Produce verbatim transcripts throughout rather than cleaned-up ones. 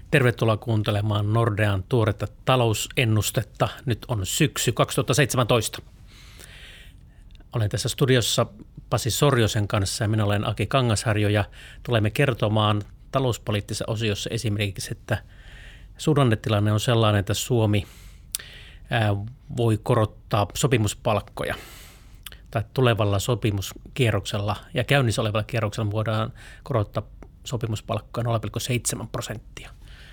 Tervetuloa kuuntelemaan Nordean tuoretta talousennustetta. Nyt on syksy kaksituhattaseitsemäntoista. Olen tässä studiossa Pasi Sorjosen kanssa ja minä olen Aki Kangasharjo ja tulemme kertomaan talouspoliittisessa osiossa esimerkiksi, että suhdannetilanne on sellainen, että Suomi voi korottaa sopimuspalkkoja tai tulevalla sopimuskierroksella ja käynnissä olevalla kierroksella voidaan korottaa sopimuspalkkoja nolla pilkku seitsemän prosenttia.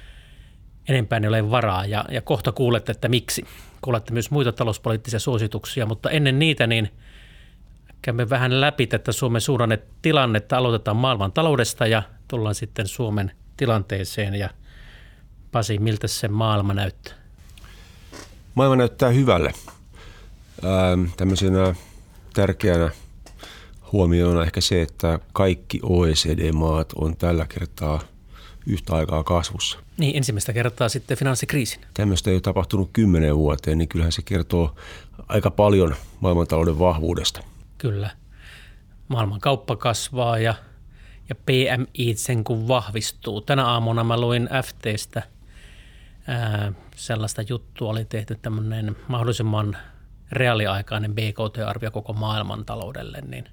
Enempää ei ole varaa ja, ja kohta kuulette, että miksi. Kuulette myös muita talouspoliittisia suosituksia, mutta ennen niitä niin käymme vähän läpi tätä Suomen suhdannetilannetta. Aloitetaan maailman taloudesta ja tullaan sitten Suomen tilanteeseen. Ja Pasi, miltä se maailma näyttää? Maailma näyttää hyvälle. Ähm, tämmöisenä tärkeänä huomiona ehkä se, että kaikki O E C D-maat on tällä kertaa yhtä aikaa kasvussa. Niin, ensimmäistä kertaa sitten finanssikriisin. Tämmöistä ei ole tapahtunut kymmeneen vuoteen, niin kyllähän se kertoo aika paljon maailmantalouden vahvuudesta. Kyllä. Maailman kauppa kasvaa ja, ja P M I sen kun vahvistuu. Tänä aamuna mä luin F T:stä ää, sellaista juttua, oli tehty tämmöinen mahdollisimman reaaliaikainen B K T-arvio koko maailmantaloudelle, niin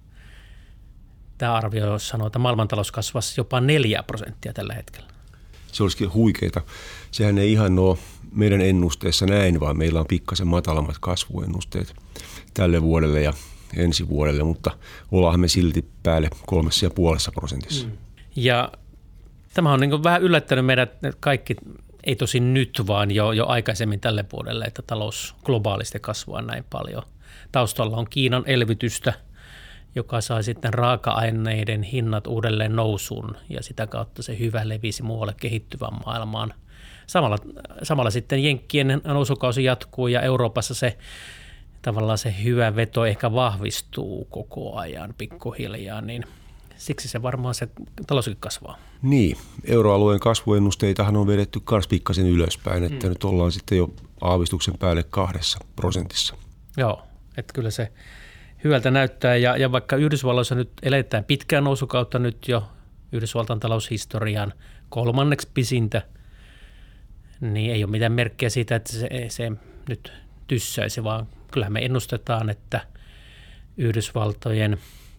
tämä arvio sanoo, että maailmantalous kasvaisi jopa neljä prosenttia tällä hetkellä. Se olisikin huikeita. Sehän ei ihan ole meidän ennusteessa näin, vaan meillä on pikkasen matalammat kasvuennusteet tälle vuodelle ja ensi vuodelle, mutta ollaan me silti päälle kolmessa ja puolessa prosentissa. Mm. Ja tämä on niin kuin vähän yllättänyt meidät kaikki, ei tosin nyt, vaan jo, jo aikaisemmin tälle vuodelle, että talous globaalisti kasvaa näin paljon. Taustalla on Kiinan elvytystä, joka sai sitten raaka-aineiden hinnat uudelleen nousuun ja sitä kautta se hyvä levisi muualle kehittyvään maailmaan. Samalla, samalla sitten Jenkkien nousukausi jatkuu ja Euroopassa se tavallaan se hyvä veto ehkä vahvistuu koko ajan pikkuhiljaa, niin siksi se varmaan se talouskin kasvaa. Niin, euroalueen kasvuennusteitahan on vedetty myös pikkasen ylöspäin, että mm. nyt ollaan sitten jo aavistuksen päälle kahdessa prosentissa. Joo, että kyllä se hyvältä näyttää ja, ja vaikka Yhdysvalloissa nyt eletään pitkään nousukautta nyt jo Yhdysvaltain taloushistorian kolmanneksi pisintä, niin ei ole mitään merkkiä siitä, että se, se nyt tyssäisi, vaan kyllähän me ennustetaan, että Yhdysvaltojen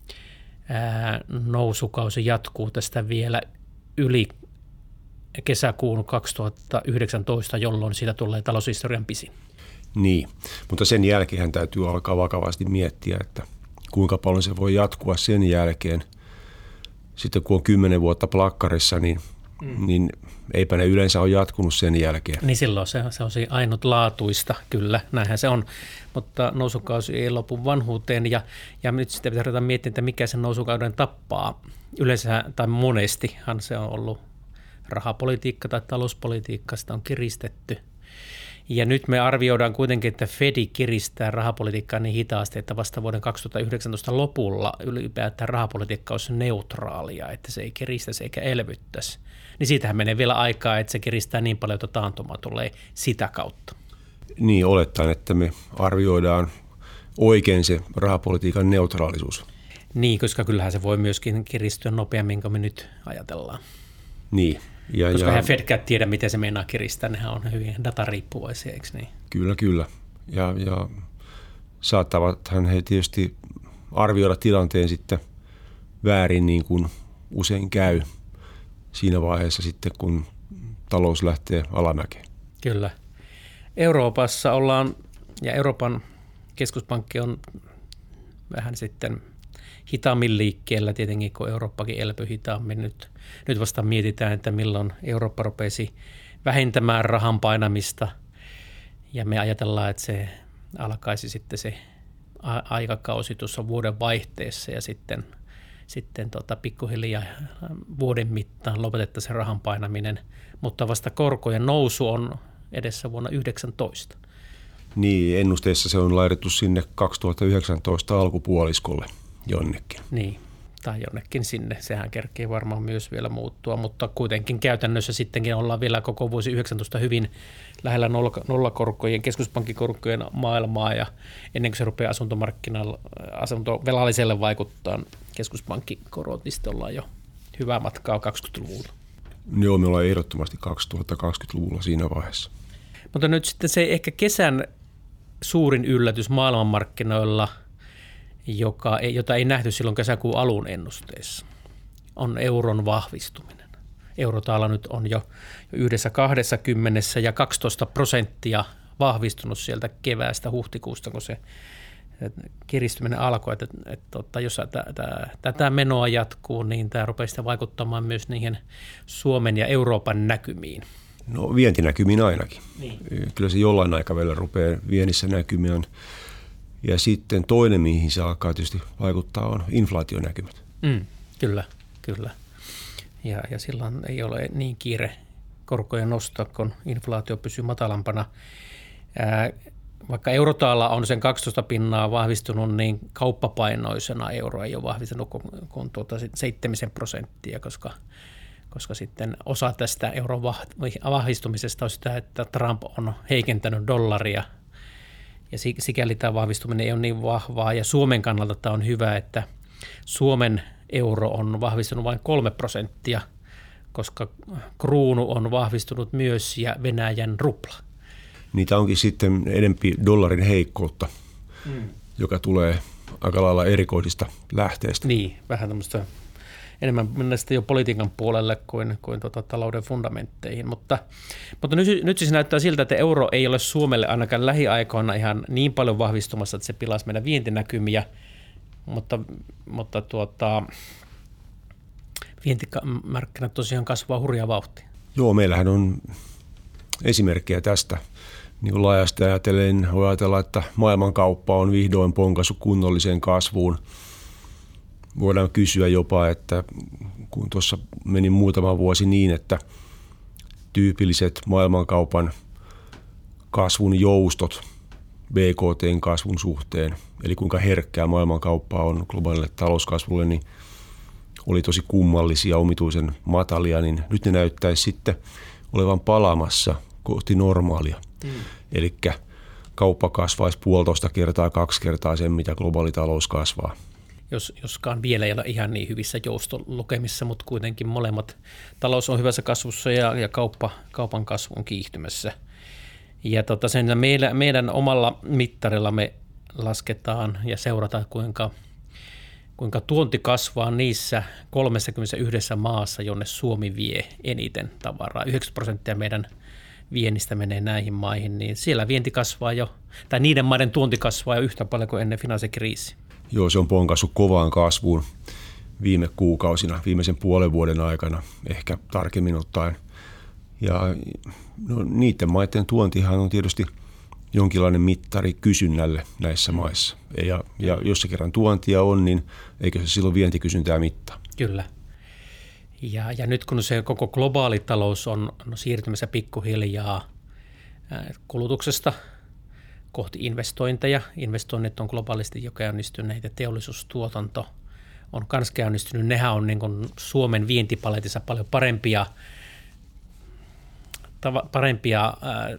ää, nousukausi jatkuu tästä vielä yli kesäkuun kaksituhattayhdeksäntoista, jolloin siitä tulee taloushistorian pisin. Niin, mutta sen jälkeen täytyy alkaa vakavasti miettiä, että kuinka paljon se voi jatkua sen jälkeen. Sitten kun on kymmenen vuotta plakkarissa, niin, mm. niin eipä ne yleensä ole jatkunut sen jälkeen. Niin silloin se, se on ainutlaatuista, kyllä, näinhän se on, mutta nousukausi ei lopu vanhuuteen ja, ja nyt sitten pitää ruveta miettiä, että mikä sen nousukauden tappaa. Yleensä tai monestihan se on ollut rahapolitiikka tai talouspolitiikka, sitä on kiristetty. Ja nyt me arvioidaan kuitenkin, että Fed kiristää rahapolitiikkaa niin hitaasti, että vasta vuoden kaksituhattayhdeksäntoista lopulla ylipäätään rahapolitiikka olisi neutraalia, että se ei kiristäisi eikä elvyttäisi. Niin siitähän menee vielä aikaa, että se kiristää niin paljon, että taantuma tulee sitä kautta. Niin, olettaen, että me arvioidaan oikein se rahapolitiikan neutraalisuus. Niin, koska kyllähän se voi myöskin kiristyä nopeammin kuin me nyt ajatellaan. Niin. Ja, koska ja, hän Fedkään tiedä, miten se meinaa kiristää, nehän on hyvin datariippuvaisia, eikö niin? Kyllä, kyllä. Ja, ja saattavathan he tietysti arvioida tilanteen sitten väärin, niin kuin usein käy siinä vaiheessa sitten, kun talous lähtee alamäkeen. Kyllä. Euroopassa ollaan, ja Euroopan keskuspankki on vähän sitten hitaammin liikkeellä tietenkin, kun Eurooppakin elpyi hitaammin. Nyt, nyt vasta mietitään, että milloin Eurooppa rupesi vähentämään rahan painamista ja me ajatellaan, että se alkaisi sitten se aikakausi tuossa vuoden vaihteessa ja sitten, sitten tota pikkuhiljaa vuoden mittaan lopetettaisiin se rahan painaminen, mutta vasta korkojen nousu on edessä vuonna yhdeksäntoista. Niin, ennusteessa se on laitettu sinne kaksituhattayhdeksäntoista alkupuoliskolle. Jonnekin. Niin, tai jonnekin sinne. Sehän kerkee varmaan myös vielä muuttua, mutta kuitenkin käytännössä sittenkin ollaan vielä koko vuosi yhdeksäntoista hyvin lähellä nollakorkojen, keskuspankkikorkojen maailmaa ja ennen kuin se rupeaa asuntomarkkinalla, asuntovelalliselle vaikuttaa keskuspankkikorot, niin sitten ollaan jo hyvää matkaa kaksikymmentäluvulla. Joo, me ollaan ehdottomasti kaksituhattakaksikymmentäluvulla siinä vaiheessa. Mutta nyt sitten se ehkä kesän suurin yllätys maailmanmarkkinoilla, joka, jota ei nähty silloin kesäkuun alun ennusteessa, on euron vahvistuminen. Eurotaala nyt on jo yhdessä kahdessakymmenessä ja kaksitoista prosenttia vahvistunut sieltä keväästä huhtikuusta, kun se kiristyminen alkoi. Että, että, että jos tätä menoa jatkuu, niin tämä rupeaa sitten vaikuttamaan myös niihin Suomen ja Euroopan näkymiin. No vientinäkymiin ainakin. Niin. Kyllä se jollain aikavälillä rupeaa viennissä näkymään. Ja sitten toinen, mihin se alkaa tietysti vaikuttaa, on inflaationäkymät. Mm, kyllä, kyllä. Ja, ja silloin ei ole niin kiire korkoja nostaa, kun inflaatio pysyy matalampana. Ää, vaikka eurotaala on sen kaksitoista pinnaa vahvistunut, niin kauppapainoisena euro ei ole vahvistunut kuin, kuin tuota seitsemisen prosenttia, koska, koska sitten osa tästä euron vahvistumisesta on sitä, että Trump on heikentänyt dollaria. Ja sikäli tämä vahvistuminen ei ole niin vahvaa. Ja Suomen kannalta tämä on hyvä, että Suomen euro on vahvistunut vain kolme prosenttia, koska kruunu on vahvistunut myös ja Venäjän rupla. Niitä onkin sitten enempi dollarin heikkoutta, mm. joka tulee aika lailla erikoisista lähteistä. Niin, vähän tämmöistä enemmän mennä sitten jo politiikan puolelle kuin, kuin tuota, talouden fundamentteihin. Mutta, mutta nyt, nyt siis näyttää siltä, että euro ei ole Suomelle ainakaan lähiaikoina ihan niin paljon vahvistumassa, että se pilaisi meidän vientinäkymiä, mutta, mutta tuota, vientimarkkinat tosiaan kasvaa hurjaa vauhtia. Joo, meillähän on esimerkkejä tästä. Niin kuin laajasti ajatellen, voi ajatella, että maailmankauppa on vihdoin ponkaissut kunnolliseen kasvuun. Voidaan kysyä jopa, että kun tuossa meni muutama vuosi niin, että tyypilliset maailmankaupan kasvun joustot B K T:n kasvun suhteen, eli kuinka herkkää maailmankauppa on globaalille talouskasvulle, niin oli tosi kummallisia, omituisen matalia, niin nyt ne näyttäisi sitten olevan palaamassa kohti normaalia. Mm. Eli kauppa kasvaisi puolitoista kertaa, kaksi kertaa sen, mitä globaali talous kasvaa. Jos, joskaan vielä ei ole ihan niin hyvissä joustolukemissa, mutta kuitenkin molemmat. Talous on hyvässä kasvussa ja, ja kauppa, kaupan kasvu on kiihtymässä. Ja tota sen meidän, meidän omalla mittarilla me lasketaan ja seurataan, kuinka, kuinka tuonti kasvaa niissä kolmekymmentäyksi maassa, jonne Suomi vie eniten tavaraa. yhdeksänkymmentä prosenttia meidän viennistä menee näihin maihin, niin siellä vienti kasvaa jo, tai niiden maiden tuonti kasvaa jo yhtä paljon kuin ennen finanssikriisiä. Joo, se on ponkassut kovaan kasvuun viime kuukausina, viimeisen puolen vuoden aikana, ehkä tarkemmin ottaen. Ja no, niiden maiden tuontihan on tietysti jonkinlainen mittari kysynnälle näissä maissa. Ja, ja jos se kerran tuontia on, niin eikö se silloin vientikysyntää mittaa? Kyllä. Ja, ja nyt kun se koko globaali talous on no, siirtymässä pikkuhiljaa kulutuksesta kohti investointeja. Investoinnit on globaalisti jo käynnistyneet ja teollisuustuotanto on myös käynnistynyt. Nehän on niin kuin Suomen vientipaletissa paljon parempia, tava, parempia ää,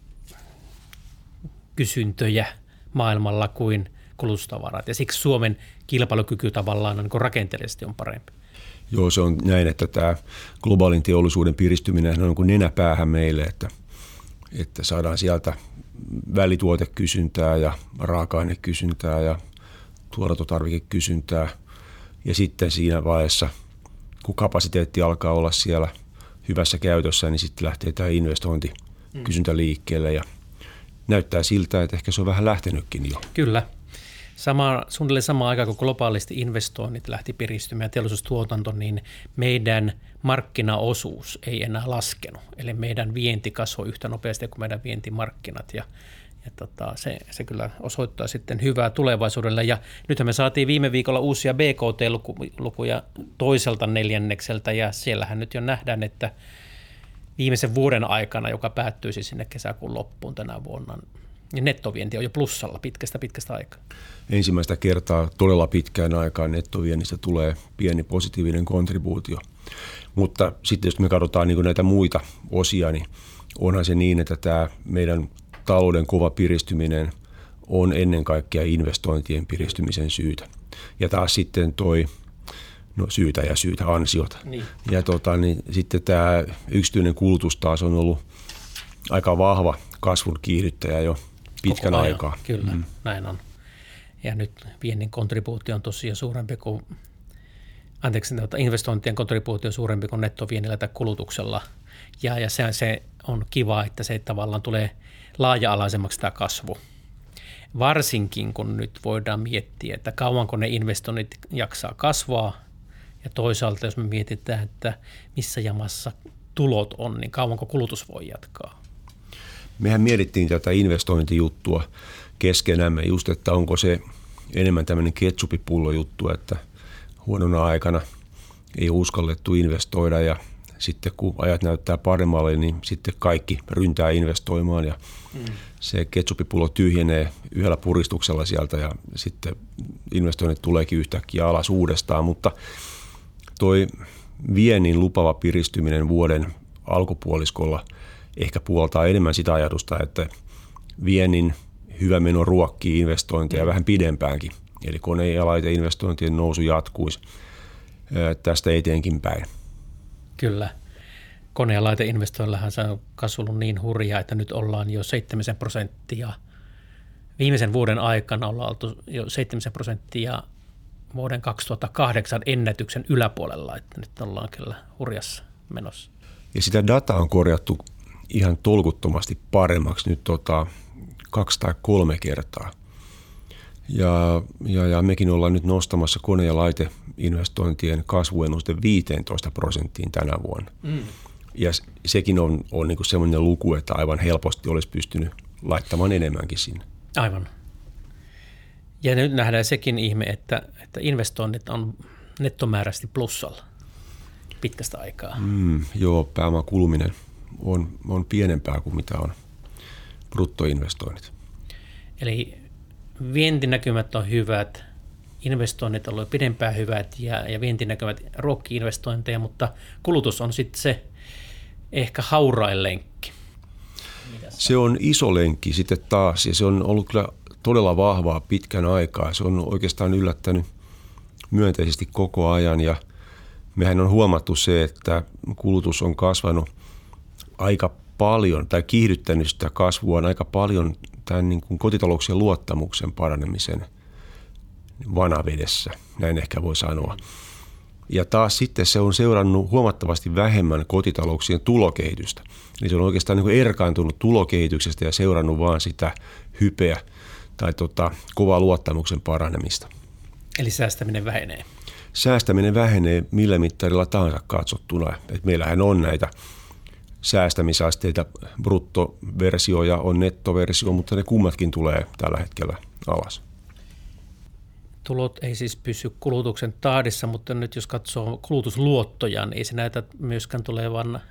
kysyntöjä maailmalla kuin kulutustavarat. Ja siksi Suomen kilpailukyky tavallaan niin kuin rakenteellisesti on parempi. Joo, se on näin, että tämä globaalin teollisuuden piristyminen on kuin nenäpäähän meille, että, että saadaan sieltä välituotekysyntää ja raaka-ainekysyntää ja tuotantotarvikekysyntää. Ja sitten siinä vaiheessa, kun kapasiteetti alkaa olla siellä hyvässä käytössä, niin sitten lähtee tämä investointikysyntä liikkeelle. Ja näyttää siltä, että ehkä se on vähän lähtenytkin jo. Kyllä. Sama, suunnilleen samaan aikaan, kun globaalisti investoinnit lähti piristymään ja teollisuustuotanto, niin meidän markkinaosuus ei enää laskenut. Eli meidän vienti kasvoi yhtä nopeasti kuin meidän vientimarkkinat ja, ja tota, se, se kyllä osoittaa sitten hyvää tulevaisuudelle. Ja nythän me saatiin viime viikolla uusia B K T-lukuja toiselta neljännekseltä ja siellähän nyt jo nähdään, että viimeisen vuoden aikana, joka päättyisi sinne kesäkuun loppuun tänä vuonna, niin nettovienti on jo plussalla pitkästä pitkästä aikaa. Ensimmäistä kertaa todella pitkään aikaan nettoviennistä tulee pieni positiivinen kontribuutio. Mutta sitten jos me katsotaan niin kuin näitä muita osia, niin onhan se niin, että tämä meidän talouden kova piristyminen on ennen kaikkea investointien piristymisen syytä. Ja taas sitten toi no syytä ja syytä, ansiota. Niin. Ja tota, niin sitten tämä yksityinen kulutus taas on ollut aika vahva kasvun kiihdyttäjä jo pitkän aikaa. Kyllä, mm. näin on. Ja nyt viennin kontribuutio on tosiaan suurempi kuin, anteeksi, investointien kontribuutio on suurempi kuin nettoviennillä tai kulutuksella. Ja, ja se, se on kiva, että se tavallaan tulee laaja-alaisemmaksi tämä kasvu. Varsinkin kun nyt voidaan miettiä, että kauanko ne investoinnit jaksaa kasvaa. Ja toisaalta, jos me mietitään, että missä jamassa tulot on, niin kauanko kulutus voi jatkaa. Mehän mietittiin tätä investointijuttua keskenämme just, että onko se enemmän tämmöinen ketsupipullo juttu, että huonona aikana ei uskallettu investoida ja sitten kun ajat näyttää paremmalle, niin sitten kaikki ryntää investoimaan ja mm. se ketsupipullo tyhjenee yhdellä puristuksella sieltä ja sitten investoinnit tuleekin yhtäkkiä alas uudestaan, mutta toi viennin lupava piristyminen vuoden alkupuoliskolla ehkä puoltaa enemmän sitä ajatusta, että viennin hyvä meno ruokkii investointeja vähän pidempäänkin. Eli kone- ja laiteinvestointien nousu jatkuisi tästä eteenkin päin. Kyllä. Kone- ja laiteinvestoinnillahan se on kasvanut niin hurjaa, että nyt ollaan jo seitsemän prosenttia. Viimeisen vuoden aikana ollaan oltu jo seitsemän prosenttia vuoden kaksituhattakahdeksan ennätyksen yläpuolella, että nyt ollaan kyllä hurjassa menossa. Ja sitä dataa on korjattu ihan tolkuttomasti paremmaksi nyt tota, kaksi tai kolme kertaa. Ja, ja, ja mekin ollaan nyt nostamassa kone- ja laiteinvestointien kasvuennuste viisitoista prosenttiin tänä vuonna. Mm. Ja sekin on, on niin kuin sellainen luku, että aivan helposti olisi pystynyt laittamaan enemmänkin sinne. Aivan. Ja nyt nähdään sekin ihme, että, että investoinnit on nettomääräisesti plussalla pitkästä aikaa. Mm, joo, pääoman kuluminen on, on pienempää kuin mitä on bruttoinvestoinnit. Eli vientinäkymät on hyvät, investoinnit on ollut pidempään hyvät ja, ja vientinäkymät ruokkii investointeja, mutta kulutus on sitten se ehkä haurain lenkki. Se on iso lenkki sitten taas ja se on ollut kyllä todella vahvaa pitkän aikaa. Se on oikeastaan yllättänyt myönteisesti koko ajan ja mehän on huomattu se, että kulutus on kasvanut aika paljon tai kiihdyttänyt sitä kasvua on aika paljon tämän niin kuin kotitalouksien luottamuksen paranemisen vanavedessä, näin ehkä voi sanoa. Ja taas sitten se on seurannut huomattavasti vähemmän kotitalouksien tulokehitystä. Eli se on oikeastaan niin kuin erkaantunut tulokehityksestä ja seurannut vaan sitä hypeä tai tota, kovaa luottamuksen paranemista. Eli säästäminen vähenee? Säästäminen vähenee millä mittarilla tahansa katsottuna. Et meillähän on näitä säästämisasteita, bruttoversio ja on nettoversio, mutta ne kummatkin tulee tällä hetkellä alas. Tulot ei siis pysy kulutuksen tahdissa, mutta nyt jos katsoo kulutusluottoja, niin ei se näytä myöskään tulevan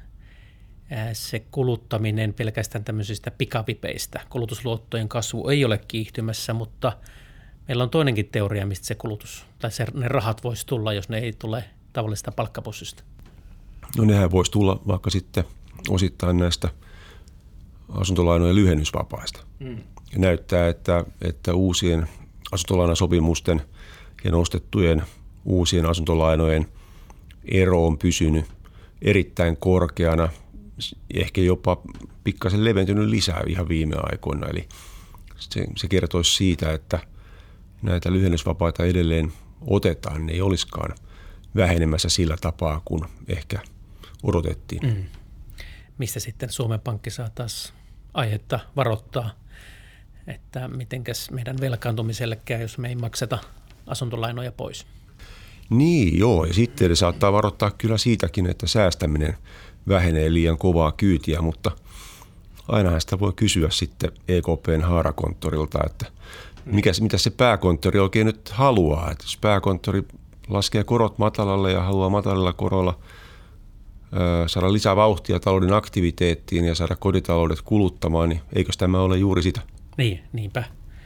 se kuluttaminen pelkästään tämmöisistä pikavipeistä. Kulutusluottojen kasvu ei ole kiihtymässä, mutta meillä on toinenkin teoria, mistä se kulutus tai se, ne rahat voisi tulla, jos ne ei tule tavallisesta palkkapussista. No nehän voisi tulla vaikka sitten osittain näistä asuntolainojen lyhennysvapaista. Mm. Ja näyttää, että, että uusien asuntolainasopimusten ja nostettujen uusien asuntolainojen ero on pysynyt erittäin korkeana, ehkä jopa pikkasen leventynyt lisää ihan viime aikoina. Eli se, se kertoisi siitä, että näitä lyhennysvapaita edelleen otetaan, ne ei olisikaan vähenemässä sillä tapaa, kuin ehkä odotettiin. Mm. Mistä sitten Suomen Pankki saa taas aihetta varoittaa, että mitenkäs meidän velkaantumiselle käy, jos me ei makseta asuntolainoja pois. Niin, joo. Ja sitten saattaa varoittaa kyllä siitäkin, että säästäminen vähenee liian kovaa kyytiä, mutta ainahan sitä voi kysyä sitten E K P:n haarakonttorilta, että mikä, mitä se pääkonttori oikein nyt haluaa. Että jos pääkonttori laskee korot matalalle ja haluaa matalalla korolla saada lisää vauhtia talouden aktiviteettiin ja saada kotitaloudet kuluttamaan, niin eikös tämä ole juuri sitä? Niin, niinpä.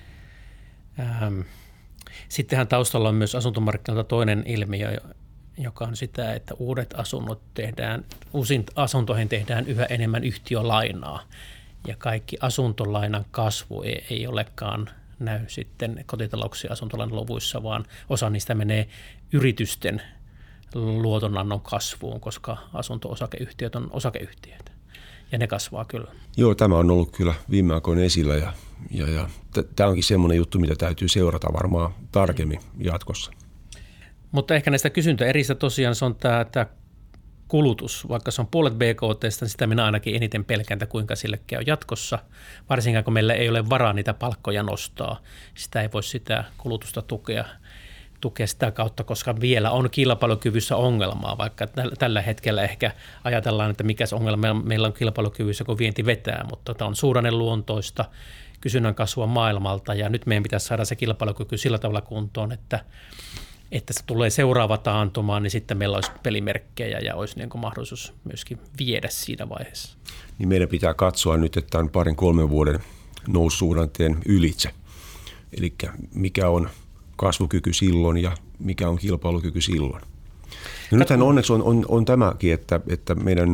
Ähm, sittenhän taustalla on myös asuntomarkkinoilta toinen ilmiö, joka on sitä, että uudet asunnot tehdään, uusiin asuntoihin tehdään yhä enemmän yhtiölainaa. Ja kaikki asuntolainan kasvu ei, ei olekaan näy sitten kotitalouksien asuntolainan luvuissa, vaan osa niistä menee yritysten luotonannon kasvuun, koska asunto-osakeyhtiöt on osakeyhtiöitä ja ne kasvaa kyllä. Joo, tämä on ollut kyllä viime aikoina esillä ja, ja, ja tämä onkin semmoinen juttu, mitä täytyy seurata varmaan tarkemmin jatkossa. Mutta ehkä näistä kysyntäeristä tosiaan se on tämä, tämä kulutus, vaikka se on puolet B K T:stä, niin sitä minä ainakin eniten pelkään, että kuinka sille käy jatkossa, varsinkaan kun meillä ei ole varaa niitä palkkoja nostaa. Sitä ei voi sitä kulutusta tukea, tukea sitä kautta, koska vielä on kilpailukyvyssä ongelmaa, vaikka tällä hetkellä ehkä ajatellaan, että mikä ongelma meillä on kilpailukyvyssä, kun vienti vetää, mutta tämä on suhdanneluontoista kysynnän kasvua maailmalta ja nyt meidän pitäisi saada se kilpailukyky sillä tavalla kuntoon, että että se tulee seuraava taantumaan, niin sitten meillä olisi pelimerkkejä ja olisi niin kuin mahdollisuus myöskin viedä siinä vaiheessa. Niin meidän pitää katsoa nyt, että on parin kolmen vuoden noususuhdanteen ylitse. Eli mikä on kasvukyky silloin ja mikä on kilpailukyky silloin. No nythän onneksi on, on, on tämäkin, että, että meidän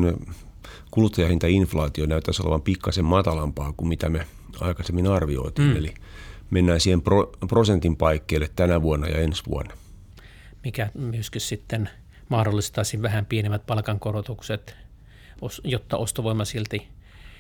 kuluttajahintainflaatio näyttäisi olevan pikkasen matalampaa kuin mitä me aikaisemmin arvioitiin. Mm. Eli mennään siihen pro, prosentin paikkeelle tänä vuonna ja ensi vuonna. Mikä myöskin sitten mahdollistaisi vähän pienemmät palkankorotukset, jotta ostovoima silti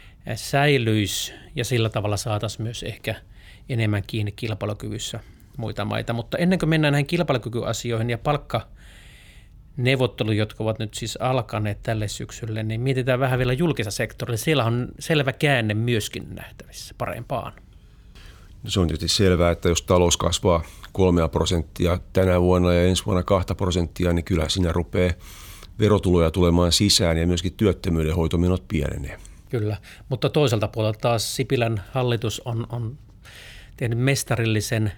säilyisi ja sillä tavalla saataisiin myös ehkä enemmän kiinni kilpailukyvyssä muita maita. Mutta ennen kuin mennään näihin kilpailukykyasioihin ja palkkaneuvotteluihin, jotka ovat nyt siis alkaneet tälle syksylle, niin mietitään vähän vielä julkisella sektorilla. Siellä on selvä käänne myöskin nähtävissä parempaan. Se on tietysti selvää, että jos talous kasvaa kolmea prosenttia tänä vuonna ja ensi vuonna kahta prosenttia, niin kyllä siinä rupeaa verotuloja tulemaan sisään ja myöskin työttömyyden hoitomenot pienenee. Kyllä, mutta toiselta puolelta taas Sipilän hallitus on, on tehnyt mestarillisen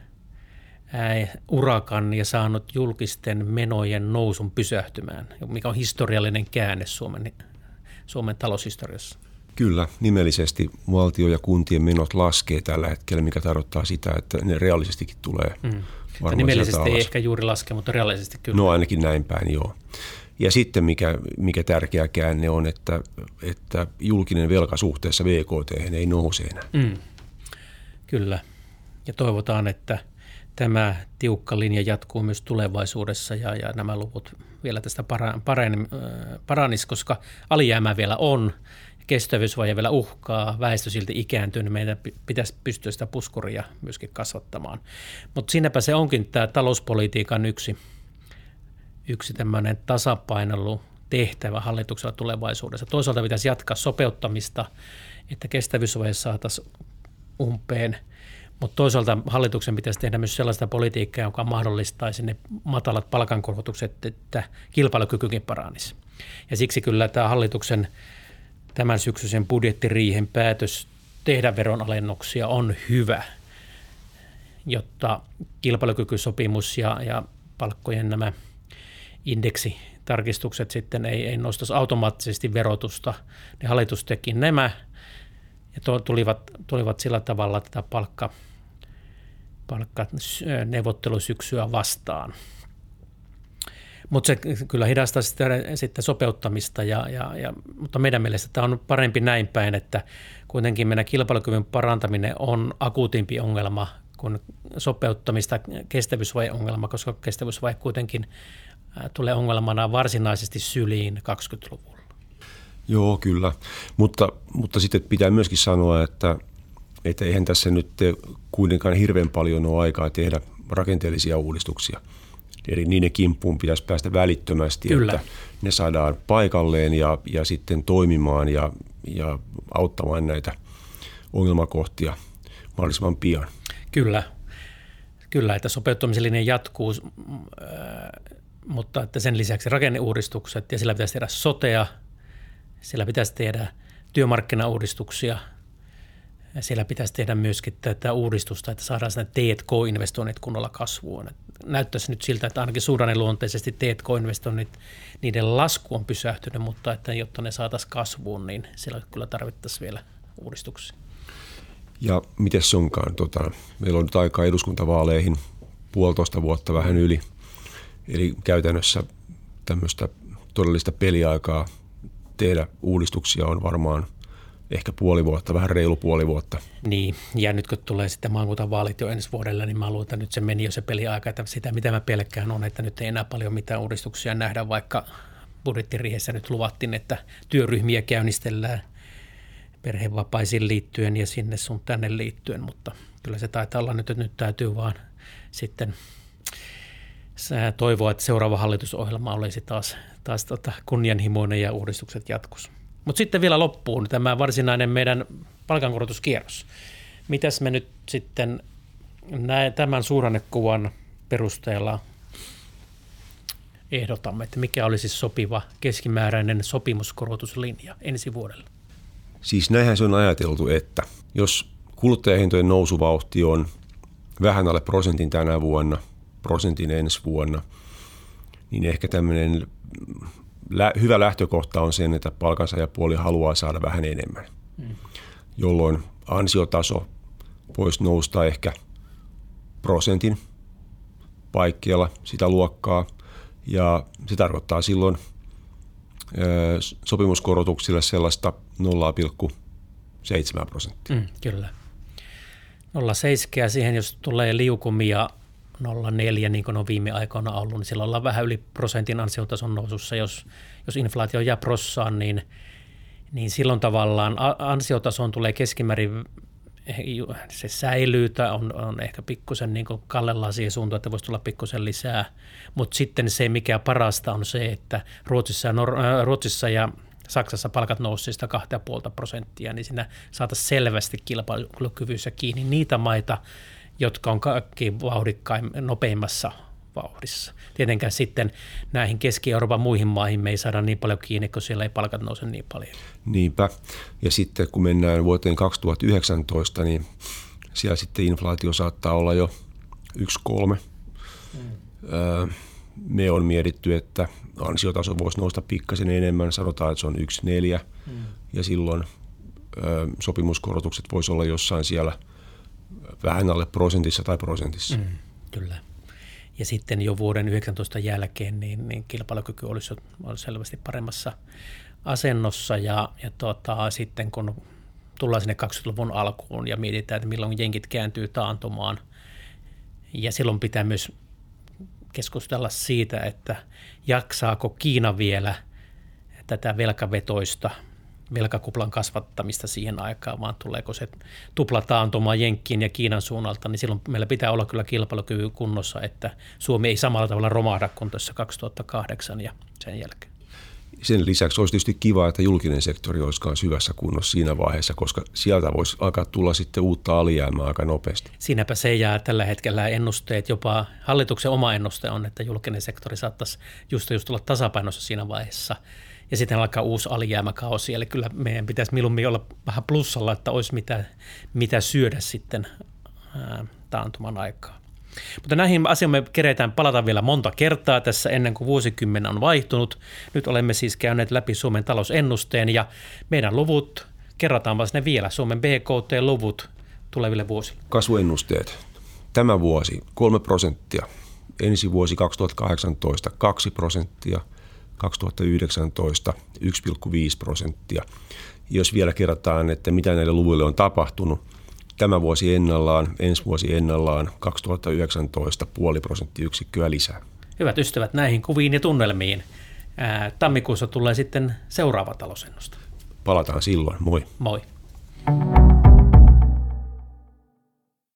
ää, urakan ja saanut julkisten menojen nousun pysähtymään, mikä on historiallinen käänne Suomen, Suomen taloushistoriassa. Kyllä, nimellisesti valtio- ja kuntien menot laskee tällä hetkellä, mikä tarkoittaa sitä, että ne reaalisestikin tulee mm. varmaan nimellisesti ei ehkä juuri laske, mutta reaalisesti kyllä. No ainakin näin päin, joo. Ja sitten mikä, mikä tärkeä käänne on, että, että julkinen velka suhteessa B K T:hen ei nouse enää. Mm. Kyllä, ja toivotaan, että tämä tiukka linja jatkuu myös tulevaisuudessa ja, ja nämä luvut vielä tästä paranisi, koska alijäämää vielä on. Kestävyysvaje vielä uhkaa, väestö silti ikääntyy, niin meidän pitäisi pystyä sitä puskuria myöskin kasvattamaan. Mutta siinäpä se onkin tämä talouspolitiikan yksi, yksi tämmöinen tasapainoilu tehtävä hallituksella tulevaisuudessa. Toisaalta pitäisi jatkaa sopeuttamista, että kestävyysvaje saataisiin umpeen, mutta toisaalta hallituksen pitäisi tehdä myös sellaista politiikkaa, joka mahdollistaisi ne matalat palkankorotukset, että kilpailukykykin paranisi. Ja siksi kyllä tämä hallituksen tämän syksyisen budjettiriihen päätös tehdä veronalennuksia on hyvä, jotta kilpailukykysopimus ja, ja palkkojen nämä indeksitarkistukset sitten ei, ei nostaisi automaattisesti verotusta. Ne hallitus teki nämä ja to, tulivat, tulivat sillä tavalla tätä palkka, palkkaneuvottelusyksyä vastaan. Mutta se kyllä hidastaa sitten, sitten sopeuttamista, ja, ja, ja, mutta meidän mielestä tämä on parempi näin päin, että kuitenkin meidän kilpailukyvyn parantaminen on akuutimpi ongelma kuin sopeuttamista kestävyysvaje-ongelma, koska kestävyysvaje kuitenkin tulee ongelmana varsinaisesti syliin kaksikymmentäluvulla. Joo, kyllä, mutta, mutta sitten pitää myöskin sanoa, että, että eihän tässä nyt kuitenkaan hirveän paljon ole aikaa tehdä rakenteellisia uudistuksia. Eli niiden kimppuun pitäisi päästä välittömästi, Kyllä. että ne saadaan paikalleen ja, ja sitten toimimaan ja, ja auttamaan näitä ongelmakohtia mahdollisimman pian. Kyllä, Kyllä että sopeuttamisen linja jatkuu, mutta että sen lisäksi rakenneuudistukset ja sillä pitäisi tehdä sotea, sillä pitäisi tehdä työmarkkinauudistuksia, siellä pitäisi tehdä myöskin tätä uudistusta, että saadaan sinne T and K-investoinnit kunnolla kasvuun. Näyttäisi nyt siltä, että ainakin suhdanneluonteisesti T and K-investoinnit, niiden lasku on pysähtynyt, mutta että jotta ne saataisiin kasvuun, niin siellä kyllä tarvittaisiin vielä uudistuksia. Ja miten se onkaan? Tota, meillä on nyt aikaa eduskuntavaaleihin puolitoista vuotta vähän yli. Eli käytännössä tämmöistä todellista peliaikaa tehdä uudistuksia on varmaan ehkä puoli vuotta, vähän reilu puoli vuotta. Niin, ja nyt kun tulee sitten maakuntavaalit jo ensi vuodella, niin mä luulen, että nyt se meni jo se peliaika, että sitä mitä mä pelkään on, että nyt ei enää paljon mitään uudistuksia nähdä, vaikka budjettiriihessä nyt luvattiin, että työryhmiä käynnistellään perhevapaisiin liittyen ja sinne sun tänne liittyen, mutta kyllä se taitaa olla nyt, että nyt täytyy vaan sitten toivoa, että seuraava hallitusohjelma olisi taas, taas tota kunnianhimoinen ja uudistukset jatkossa. Mutta sitten vielä loppuun tämä varsinainen meidän palkankorotuskierros. Mitäs me nyt sitten näin, tämän suhdannekuvan perusteella ehdotamme, että mikä olisi sopiva keskimääräinen sopimuskorotuslinja ensi vuodelle? Siis näinhän se on ajateltu, että jos kuluttajahintojen nousuvauhti on vähän alle prosentin tänä vuonna, prosentin ensi vuonna, niin ehkä tämmöinen lä- hyvä lähtökohta on sen, että palkansaajapuoli haluaa saada vähän enemmän, mm. jolloin ansiotaso voisi nousta ehkä prosentin paikkeilla sitä luokkaa, ja se tarkoittaa silloin ö, sopimuskorotuksille sellaista nolla pilkku seitsemän prosenttia. Mm, kyllä. nolla pilkku seitsemän siihen, jos tulee liukumia nolla pilkku neljä, niin kuin on viime aikoina ollut, niin silloin ollaan vähän yli prosentin ansiotason nousussa. Jos, jos inflaatio jää prossaan, niin, niin silloin tavallaan ansiotason tulee keskimäärin, se säilyy tai on, on ehkä pikkusen niin kuin kallellaan siihen suuntaan, että voisi tulla pikkusen lisää. Mutta sitten se, mikä parasta on se, että Ruotsissa ja, Nor- äh, Ruotsissa ja Saksassa palkat nousivat sitä kaksi pilkku viisi prosenttia, niin siinä saataisiin selvästi kilpailukyvyssä kiinni niitä maita, jotka on kaikki vauhdikkain, nopeimmassa vauhdissa. Tietenkään sitten näihin Keski-Euroopan muihin maihin me ei saada niin paljon kiinni, kun siellä ei palkat nouse niin paljon. Niinpä. Ja sitten kun mennään vuoteen kaksituhattayhdeksäntoista, niin siellä sitten inflaatio saattaa olla jo yksi pilkku kolme. Mm. Öö, me on mietitty, että ansiotaso voisi nousta pikkasen enemmän. Sanotaan, että se on yksi pilkku neljä. Mm. Ja silloin öö, sopimuskorotukset voisi olla jossain siellä vähän alle prosentissa tai prosentissa. Mm, kyllä. Ja sitten jo vuoden yhdeksäntoista jälkeen niin, niin kilpailukyky olisi, olisi selvästi paremmassa asennossa. Ja, ja tota, sitten kun tullaan sinne kaksikymmentäluvun alkuun ja mietitään, että milloin jenkit kääntyy taantumaan. Ja silloin pitää myös keskustella siitä, että jaksaako Kiina vielä tätä velkavetoista velkakuplan kasvattamista siihen aikaan, vaan tuleeko se tuplataantuma Jenkkiin ja Kiinan suunnalta, niin silloin meillä pitää olla kyllä kilpailukyky kunnossa, että Suomi ei samalla tavalla romahda kuin tuossa kaksituhattakahdeksan ja sen jälkeen. Sen lisäksi olisi tietysti kiva, että julkinen sektori olisi myös hyvässä kunnossa siinä vaiheessa, koska sieltä voisi alkaa tulla sitten uutta alijäämää aika nopeasti. Siinäpä se jää tällä hetkellä ennusteet, jopa hallituksen oma ennuste on, että julkinen sektori saattaisi just, just olla tasapainossa siinä vaiheessa. Ja sitten alkaa uusi alijäämäkausi, eli kyllä meidän pitäisi mieluummin olla vähän plussalla, että olisi mitä, mitä syödä sitten ää, taantuman aikaa. Mutta näihin asioihin me keretään palata vielä monta kertaa tässä ennen kuin vuosikymmen on vaihtunut. Nyt olemme siis käyneet läpi Suomen talousennusteen ja meidän luvut, kerrataanpa ne vielä, Suomen B K T-luvut tuleville vuosille. Kasvuennusteet. Tämä vuosi kolme prosenttia, ensi vuosi kaksituhattakahdeksantoista kaksi prosenttia, kaksituhattayhdeksäntoista yksi pilkku viisi prosenttia. Jos vielä kerrataan, että mitä näille luvuille on tapahtunut, tämä vuosi ennallaan, ensi vuosi ennallaan, kaksituhattayhdeksäntoista puoli prosenttiyksikköä lisää. Hyvät ystävät, näihin kuviin ja tunnelmiin. Ää, tammikuussa tulee sitten seuraava talousennuste. Palataan silloin. Moi. Moi.